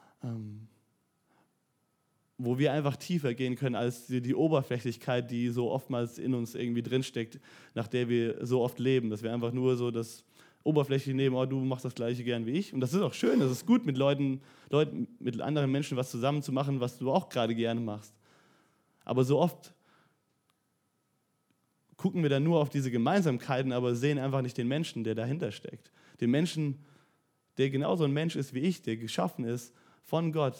wo wir einfach tiefer gehen können als die Oberflächlichkeit, die so oftmals in uns irgendwie drinsteckt, nach der wir so oft leben. Dass wir einfach nur so das Oberflächliche nehmen, du machst das Gleiche gern wie ich. Und das ist auch schön, das ist gut, mit mit anderen Menschen was zusammen zu machen, was du auch gerade gerne machst. Aber so oft gucken wir dann nur auf diese Gemeinsamkeiten, aber sehen einfach nicht den Menschen, der dahinter steckt. Den Menschen, der genauso ein Mensch ist wie ich, der geschaffen ist von Gott,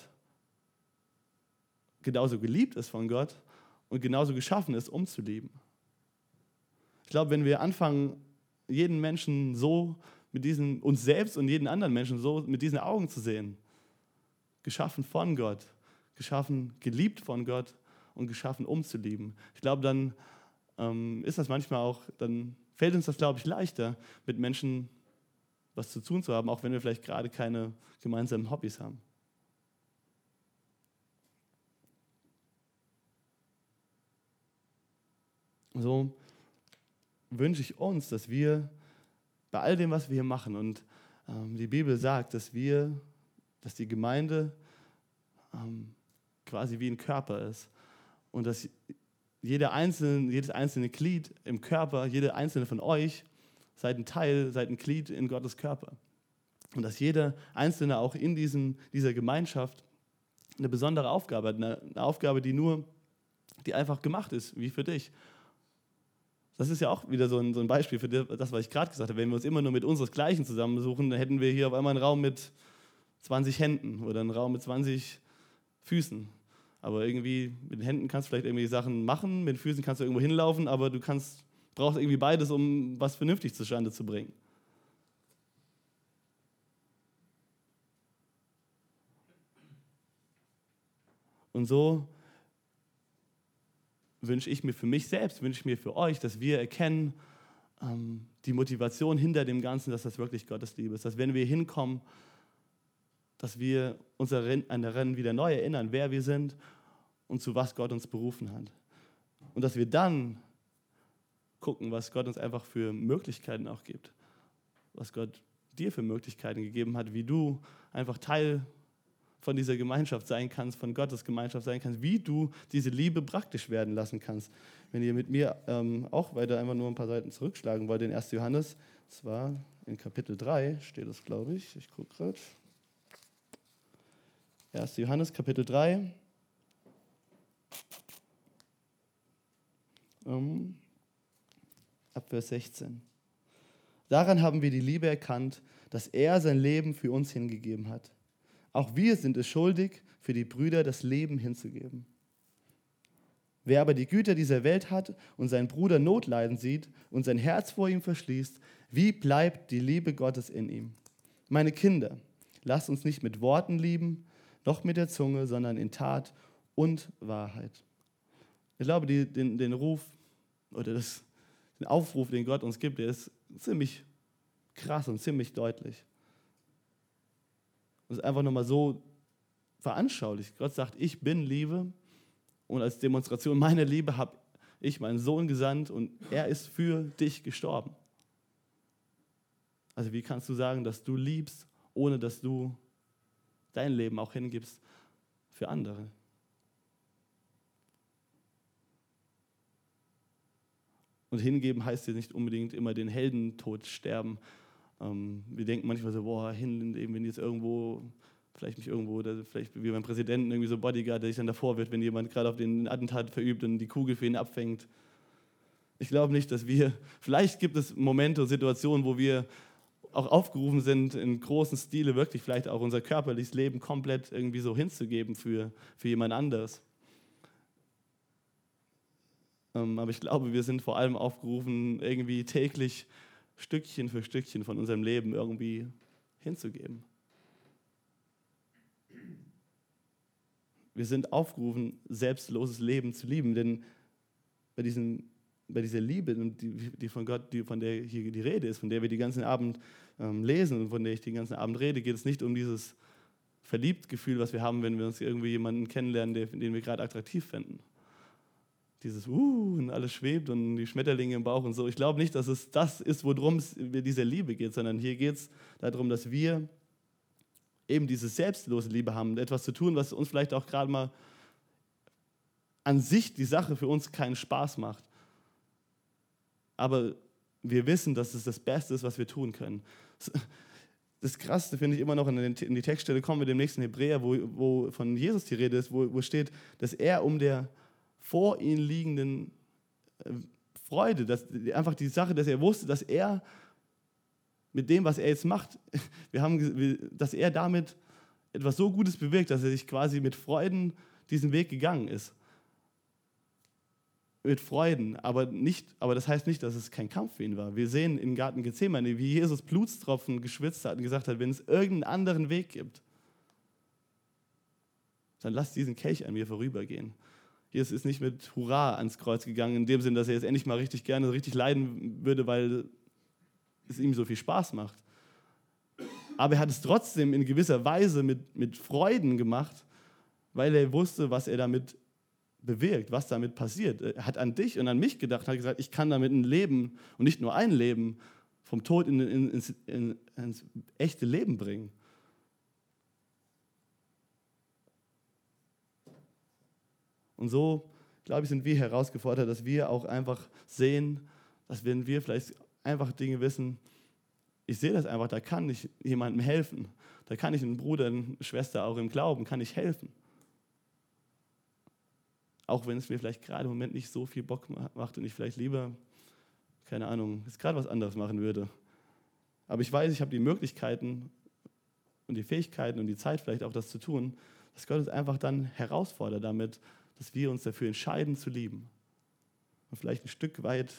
genauso geliebt ist von Gott und genauso geschaffen ist, um zu lieben. Ich glaube, wenn wir anfangen, jeden Menschen so uns selbst und jeden anderen Menschen so mit diesen Augen zu sehen, geschaffen von Gott, geschaffen, geliebt von Gott und geschaffen, um zu lieben. Ich glaube, dann ist das manchmal auch, dann fällt uns das, glaube ich, leichter, mit Menschen was zu tun zu haben, auch wenn wir vielleicht gerade keine gemeinsamen Hobbys haben. So wünsche ich uns, dass wir bei all dem, was wir hier machen, und die Bibel sagt, dass die Gemeinde quasi wie ein Körper ist und dass jedes einzelne Glied im Körper, jede einzelne von euch seid ein Glied in Gottes Körper. Und dass jeder Einzelne auch in dieser Gemeinschaft eine besondere Aufgabe hat, eine Aufgabe, die einfach gemacht ist, wie für dich. Das ist ja auch wieder so ein Beispiel für das, was ich gerade gesagt habe. Wenn wir uns immer nur mit unseresgleichen zusammensuchen, dann hätten wir hier auf einmal einen Raum mit 20 Händen oder einen Raum mit 20 Füßen. Aber irgendwie mit den Händen kannst du vielleicht irgendwie Sachen machen, mit den Füßen kannst du irgendwo hinlaufen, aber du brauchst irgendwie beides, um was vernünftig zustande zu bringen. Und so wünsche ich mir für mich selbst, wünsche ich mir für euch, dass wir erkennen, die Motivation hinter dem Ganzen, dass das wirklich Gottes Liebe ist. Dass wenn wir hinkommen, dass wir uns daran wieder neu erinnern, wer wir sind und zu was Gott uns berufen hat. Und dass wir dann gucken, was Gott uns einfach für Möglichkeiten auch gibt. Was Gott dir für Möglichkeiten gegeben hat, wie du einfach Teil von dieser Gemeinschaft sein kannst, von Gottes Gemeinschaft sein kannst, wie du diese Liebe praktisch werden lassen kannst. Wenn ihr mit mir auch weiter einfach nur ein paar Seiten zurückschlagen wollt, in 1. Johannes, zwar in Kapitel 3 steht es, glaube ich. Ich gucke gerade. 1. Johannes, Kapitel 3. Ab Vers 16. Daran haben wir die Liebe erkannt, dass er sein Leben für uns hingegeben hat. Auch wir sind es schuldig, für die Brüder das Leben hinzugeben. Wer aber die Güter dieser Welt hat und seinen Bruder Notleiden sieht und sein Herz vor ihm verschließt, wie bleibt die Liebe Gottes in ihm? Meine Kinder, lasst uns nicht mit Worten lieben, noch mit der Zunge, sondern in Tat und Wahrheit. Ich glaube, den Ruf oder den Aufruf, den Gott uns gibt, der ist ziemlich krass und ziemlich deutlich. Und es ist einfach nochmal so veranschaulicht. Gott sagt, ich bin Liebe und als Demonstration meiner Liebe habe ich meinen Sohn gesandt und er ist für dich gestorben. Also wie kannst du sagen, dass du liebst, ohne dass du dein Leben auch hingibst für andere? Und hingeben heißt ja nicht unbedingt immer den Heldentod sterben. Wir denken manchmal so, boah, hinleben, wenn jetzt irgendwo, vielleicht nicht irgendwo, oder vielleicht wie beim Präsidenten irgendwie so Bodyguard, der sich dann davor wird, wenn jemand gerade auf den Attentat verübt und die Kugel für ihn abfängt. Ich glaube nicht, dass vielleicht gibt es Momente und Situationen, wo wir auch aufgerufen sind, in großen Stile wirklich vielleicht auch unser körperliches Leben komplett irgendwie so hinzugeben für jemand anderes. Aber ich glaube, wir sind vor allem aufgerufen, irgendwie täglich Stückchen für Stückchen von unserem Leben irgendwie hinzugeben. Wir sind aufgerufen, selbstloses Leben zu lieben, denn bei dieser Liebe, die von Gott, von der hier die Rede ist, von der wir den ganzen Abend lesen und von der ich den ganzen Abend rede, geht es nicht um dieses Verliebtgefühl, was wir haben, wenn wir uns irgendwie jemanden kennenlernen, den wir gerade attraktiv finden. Dieses und alles schwebt und die Schmetterlinge im Bauch und so. Ich glaube nicht, dass es das ist, worum es bei dieser Liebe geht, sondern hier geht es darum, dass wir eben diese selbstlose Liebe haben, etwas zu tun, was uns vielleicht auch gerade mal an sich die Sache für uns keinen Spaß macht. Aber wir wissen, dass es das Beste ist, was wir tun können. Das Krasseste finde ich immer noch, in die Textstelle kommen wir dem nächsten Hebräer, wo von Jesus die Rede ist, wo steht, dass er um der vor ihm liegenden Freude, einfach die Sache, dass er wusste, dass er mit dem, was er jetzt macht, dass er damit etwas so Gutes bewirkt, dass er sich quasi mit Freuden diesen Weg gegangen ist. Mit Freuden, aber das heißt nicht, dass es kein Kampf für ihn war. Wir sehen im Garten Gethsemane, wie Jesus Blutstropfen geschwitzt hat und gesagt hat, wenn es irgendeinen anderen Weg gibt, dann lass diesen Kelch an mir vorübergehen. Jesus ist nicht mit Hurra ans Kreuz gegangen, in dem Sinn, dass er jetzt endlich mal richtig gerne, richtig leiden würde, weil es ihm so viel Spaß macht. Aber er hat es trotzdem in gewisser Weise mit Freuden gemacht, weil er wusste, was er damit bewirkt, was damit passiert. Er hat an dich und an mich gedacht, hat gesagt, ich kann damit ein Leben und nicht nur ein Leben vom Tod ins echte Leben bringen. Und so, glaube ich, sind wir herausgefordert, dass wir auch einfach sehen, dass wenn wir vielleicht einfach Dinge wissen, ich sehe das einfach, da kann ich jemandem helfen. Da kann ich einem Bruder, einer Schwester auch im Glauben, kann ich helfen. Auch wenn es mir vielleicht gerade im Moment nicht so viel Bock macht und ich vielleicht lieber, keine Ahnung, jetzt gerade was anderes machen würde. Aber ich weiß, ich habe die Möglichkeiten und die Fähigkeiten und die Zeit vielleicht auch das zu tun, dass Gott uns einfach dann herausfordert damit, dass wir uns dafür entscheiden zu lieben. Und vielleicht ein Stück weit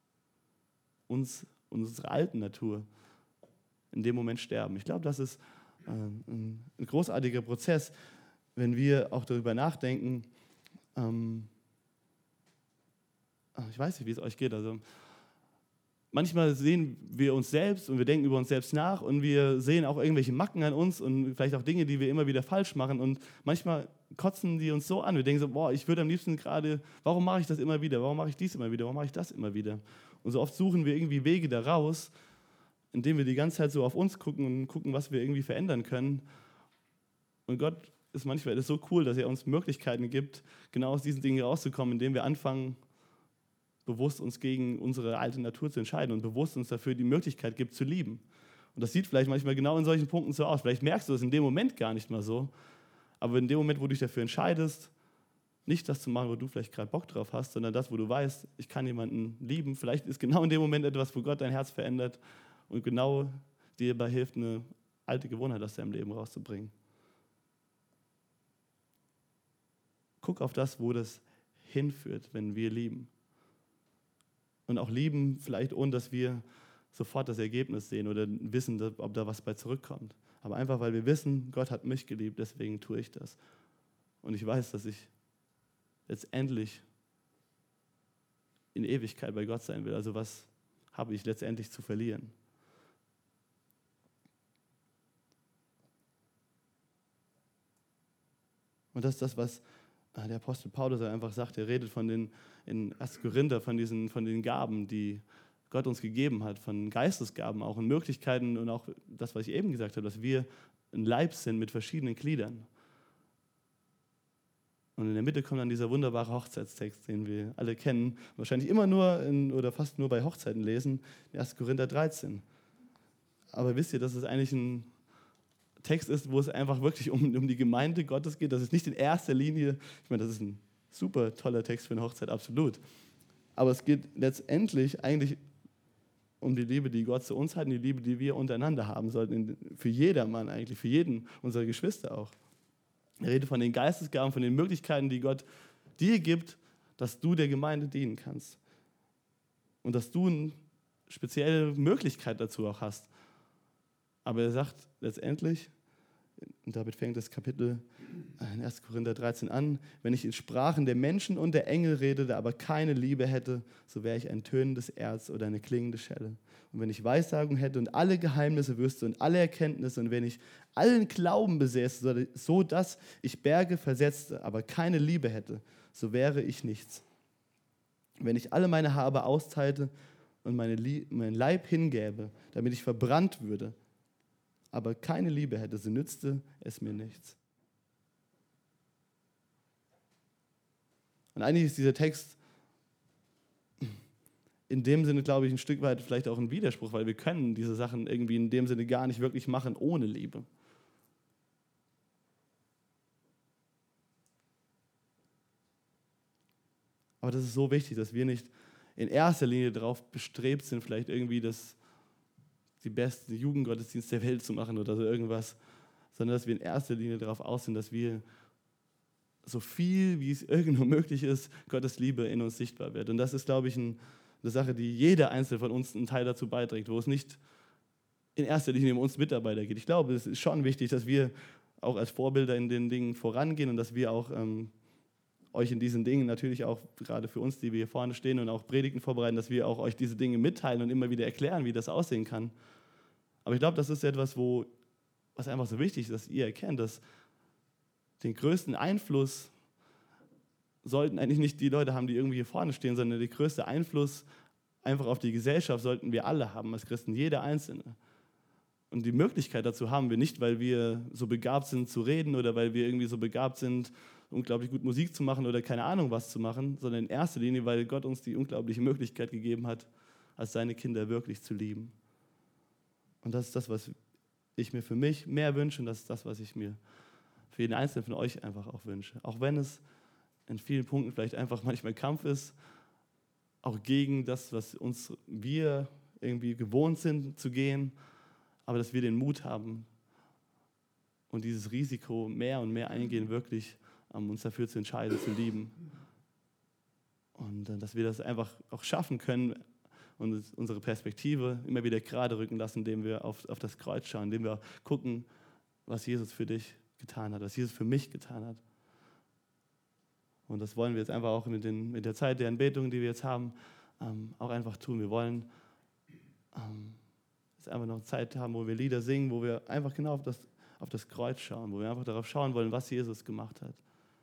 unsere alten Natur in dem Moment sterben. Ich glaube, das ist ein großartiger Prozess, wenn wir auch darüber nachdenken. Ich weiß nicht, wie es euch geht. Also manchmal sehen wir uns selbst und wir denken über uns selbst nach und wir sehen auch irgendwelche Macken an uns und vielleicht auch Dinge, die wir immer wieder falsch machen. Und manchmal kotzen die uns so an. Wir denken so, boah, ich würde am liebsten gerade, warum mache ich das immer wieder? Warum mache ich dies immer wieder? Warum mache ich das immer wieder? Und so oft suchen wir irgendwie Wege da raus, indem wir die ganze Zeit so auf uns gucken und gucken, was wir irgendwie verändern können. Und Gott ist manchmal so cool, dass er uns Möglichkeiten gibt, genau aus diesen Dingen rauszukommen, indem wir anfangen, bewusst uns gegen unsere alte Natur zu entscheiden und bewusst uns dafür die Möglichkeit gibt, zu lieben. Und das sieht vielleicht manchmal genau in solchen Punkten so aus. Vielleicht merkst du das in dem Moment gar nicht mal so, aber in dem Moment, wo du dich dafür entscheidest, nicht das zu machen, wo du vielleicht gerade Bock drauf hast, sondern das, wo du weißt, ich kann jemanden lieben. Vielleicht ist genau in dem Moment etwas, wo Gott dein Herz verändert und genau dir dabei hilft, eine alte Gewohnheit aus deinem Leben rauszubringen. Guck auf das, wo das hinführt, wenn wir lieben. Und auch lieben, vielleicht ohne, dass wir sofort das Ergebnis sehen oder wissen, ob da was bei zurückkommt. Aber einfach, weil wir wissen, Gott hat mich geliebt, deswegen tue ich das. Und ich weiß, dass ich letztendlich in Ewigkeit bei Gott sein will. Also was habe ich letztendlich zu verlieren? Und das ist das, was der Apostel Paulus einfach sagt. Er redet in 1. Korinther von den Gaben, die Gott uns gegeben hat, von Geistesgaben auch und Möglichkeiten und auch das, was ich eben gesagt habe, dass wir ein Leib sind mit verschiedenen Gliedern. Und in der Mitte kommt dann dieser wunderbare Hochzeitstext, den wir alle kennen, wahrscheinlich immer nur oder fast nur bei Hochzeiten lesen, 1. Korinther 13. Aber wisst ihr, dass es eigentlich ein Text ist, wo es einfach wirklich um die Gemeinde Gottes geht. Das ist nicht in erster Linie, ich meine, das ist ein super toller Text für eine Hochzeit, absolut. Aber es geht letztendlich eigentlich um die Liebe, die Gott zu uns hat und die Liebe, die wir untereinander haben sollten. Für jedermann eigentlich, für jeden unserer Geschwister auch. Er redet von den Geistesgaben, von den Möglichkeiten, die Gott dir gibt, dass du der Gemeinde dienen kannst. Und dass du eine spezielle Möglichkeit dazu auch hast. Aber er sagt letztendlich, und damit fängt das Kapitel in 1. Korinther 13 an, wenn ich in Sprachen der Menschen und der Engel redete, aber keine Liebe hätte, so wäre ich ein tönendes Erz oder eine klingende Schelle. Und wenn ich Weissagung hätte und alle Geheimnisse wüsste und alle Erkenntnisse und wenn ich allen Glauben besäße, so dass ich Berge versetzte, aber keine Liebe hätte, so wäre ich nichts. Wenn ich alle meine Habe austeilte und mein Leib hingäbe, damit ich verbrannt würde, aber keine Liebe hätte, so nützte es mir nichts. Und eigentlich ist dieser Text in dem Sinne, glaube ich, ein Stück weit vielleicht auch ein Widerspruch, weil wir können diese Sachen irgendwie in dem Sinne gar nicht wirklich machen ohne Liebe. Aber das ist so wichtig, dass wir nicht in erster Linie darauf bestrebt sind, vielleicht irgendwie die beste Jugendgottesdienst der Welt zu machen oder so irgendwas, sondern dass wir in erster Linie darauf aus sind, dass wir so viel, wie es irgendwo möglich ist, Gottes Liebe in uns sichtbar wird. Und das ist, glaube ich, eine Sache, die jeder Einzelne von uns einen Teil dazu beiträgt, wo es nicht in erster Linie um uns Mitarbeiter geht. Ich glaube, es ist schon wichtig, dass wir auch als Vorbilder in den Dingen vorangehen und dass wir auch euch in diesen Dingen natürlich auch, gerade für uns, die wir hier vorne stehen und auch Predigten vorbereiten, dass wir auch euch diese Dinge mitteilen und immer wieder erklären, wie das aussehen kann. Aber ich glaube, das ist etwas, was einfach so wichtig ist, dass ihr erkennt, dass den größten Einfluss sollten eigentlich nicht die Leute haben, die irgendwie hier vorne stehen, sondern der größte Einfluss einfach auf die Gesellschaft sollten wir alle haben als Christen, jeder Einzelne. Und die Möglichkeit dazu haben wir nicht, weil wir so begabt sind zu reden oder weil wir irgendwie so begabt sind, unglaublich gut Musik zu machen oder keine Ahnung was zu machen, sondern in erster Linie, weil Gott uns die unglaubliche Möglichkeit gegeben hat, als seine Kinder wirklich zu lieben. Und das ist das, was ich mir für mich mehr wünsche und das ist das, was ich mir für jeden Einzelnen von euch einfach auch wünsche. Auch wenn es in vielen Punkten vielleicht einfach manchmal Kampf ist, auch gegen das, was wir irgendwie gewohnt sind zu gehen, aber dass wir den Mut haben und dieses Risiko mehr und mehr eingehen, wirklich uns dafür zu entscheiden, zu lieben. Und dass wir das einfach auch schaffen können und unsere Perspektive immer wieder gerade rücken lassen, indem wir auf das Kreuz schauen, indem wir gucken, was Jesus für dich getan hat, was Jesus für mich getan hat. Und das wollen wir jetzt einfach auch mit der Zeit der Anbetung, die wir jetzt haben, auch einfach tun. Wir wollen dass wir einfach noch Zeit haben, wo wir Lieder singen, wo wir einfach genau auf das Kreuz schauen, wo wir einfach darauf schauen wollen, was Jesus gemacht hat.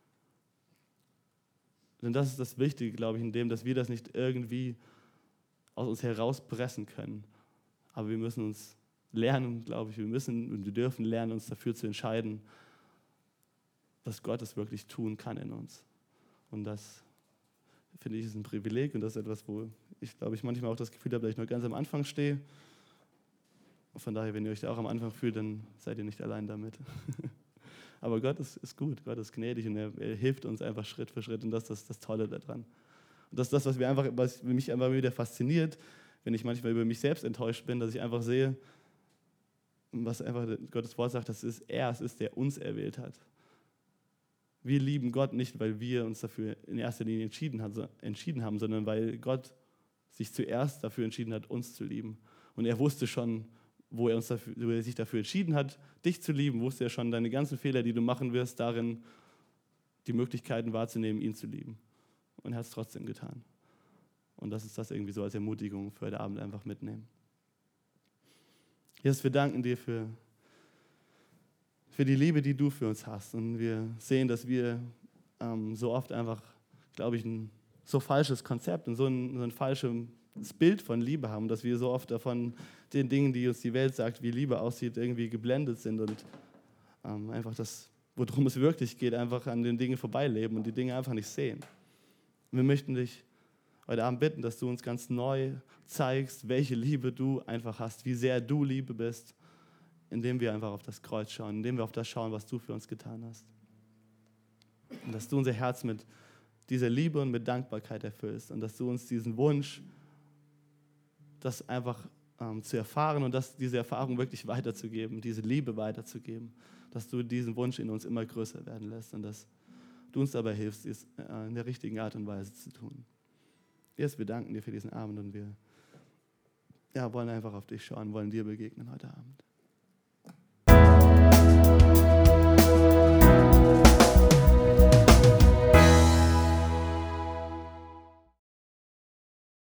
Denn das ist das Wichtige, glaube ich, in dem, dass wir das nicht irgendwie aus uns herauspressen können. Aber wir müssen uns lernen, glaube ich, wir dürfen lernen, uns dafür zu entscheiden, dass Gott es wirklich tun kann in uns. Und das, finde ich, ist ein Privileg und das ist etwas, wo ich, glaube ich, manchmal auch das Gefühl habe, dass ich noch ganz am Anfang stehe. Von daher, wenn ihr euch da auch am Anfang fühlt, dann seid ihr nicht allein damit. Aber Gott ist gut, Gott ist gnädig und er hilft uns einfach Schritt für Schritt und das ist das Tolle daran. Und das ist das, was mich einfach wieder fasziniert, wenn ich manchmal über mich selbst enttäuscht bin, dass ich einfach sehe, was einfach Gottes Wort sagt, es ist, der uns erwählt hat. Wir lieben Gott nicht, weil wir uns dafür in erster Linie entschieden haben, sondern weil Gott sich zuerst dafür entschieden hat, uns zu lieben. Und er wusste schon, wo er sich dafür entschieden hat, dich zu lieben, wusste er schon deine ganzen Fehler, die du machen wirst, darin die Möglichkeiten wahrzunehmen, ihn zu lieben. Und er hat es trotzdem getan. Und das ist das irgendwie so als Ermutigung für heute Abend einfach mitnehmen. Jesus, wir danken dir für die Liebe, die du für uns hast. Und wir sehen, dass wir so oft einfach, glaube ich, ein so falsches Konzept und so ein falsches Bild von Liebe haben, dass wir so oft davon den Dingen, die uns die Welt sagt, wie Liebe aussieht, irgendwie geblendet sind und einfach das, worum es wirklich geht, einfach an den Dingen vorbeileben und die Dinge einfach nicht sehen. Und wir möchten dich heute Abend bitten, dass du uns ganz neu zeigst, welche Liebe du einfach hast, wie sehr du Liebe bist, indem wir einfach auf das Kreuz schauen, indem wir auf das schauen, was du für uns getan hast. Und dass du unser Herz mit dieser Liebe und mit Dankbarkeit erfüllst und dass du uns diesen Wunsch, das einfach zu erfahren und diese Erfahrung wirklich weiterzugeben, diese Liebe weiterzugeben, dass du diesen Wunsch in uns immer größer werden lässt und dass du uns dabei hilfst, es in der richtigen Art und Weise zu tun. Jesus, wir danken dir für diesen Abend und wir wollen einfach auf dich schauen, wollen dir begegnen heute Abend.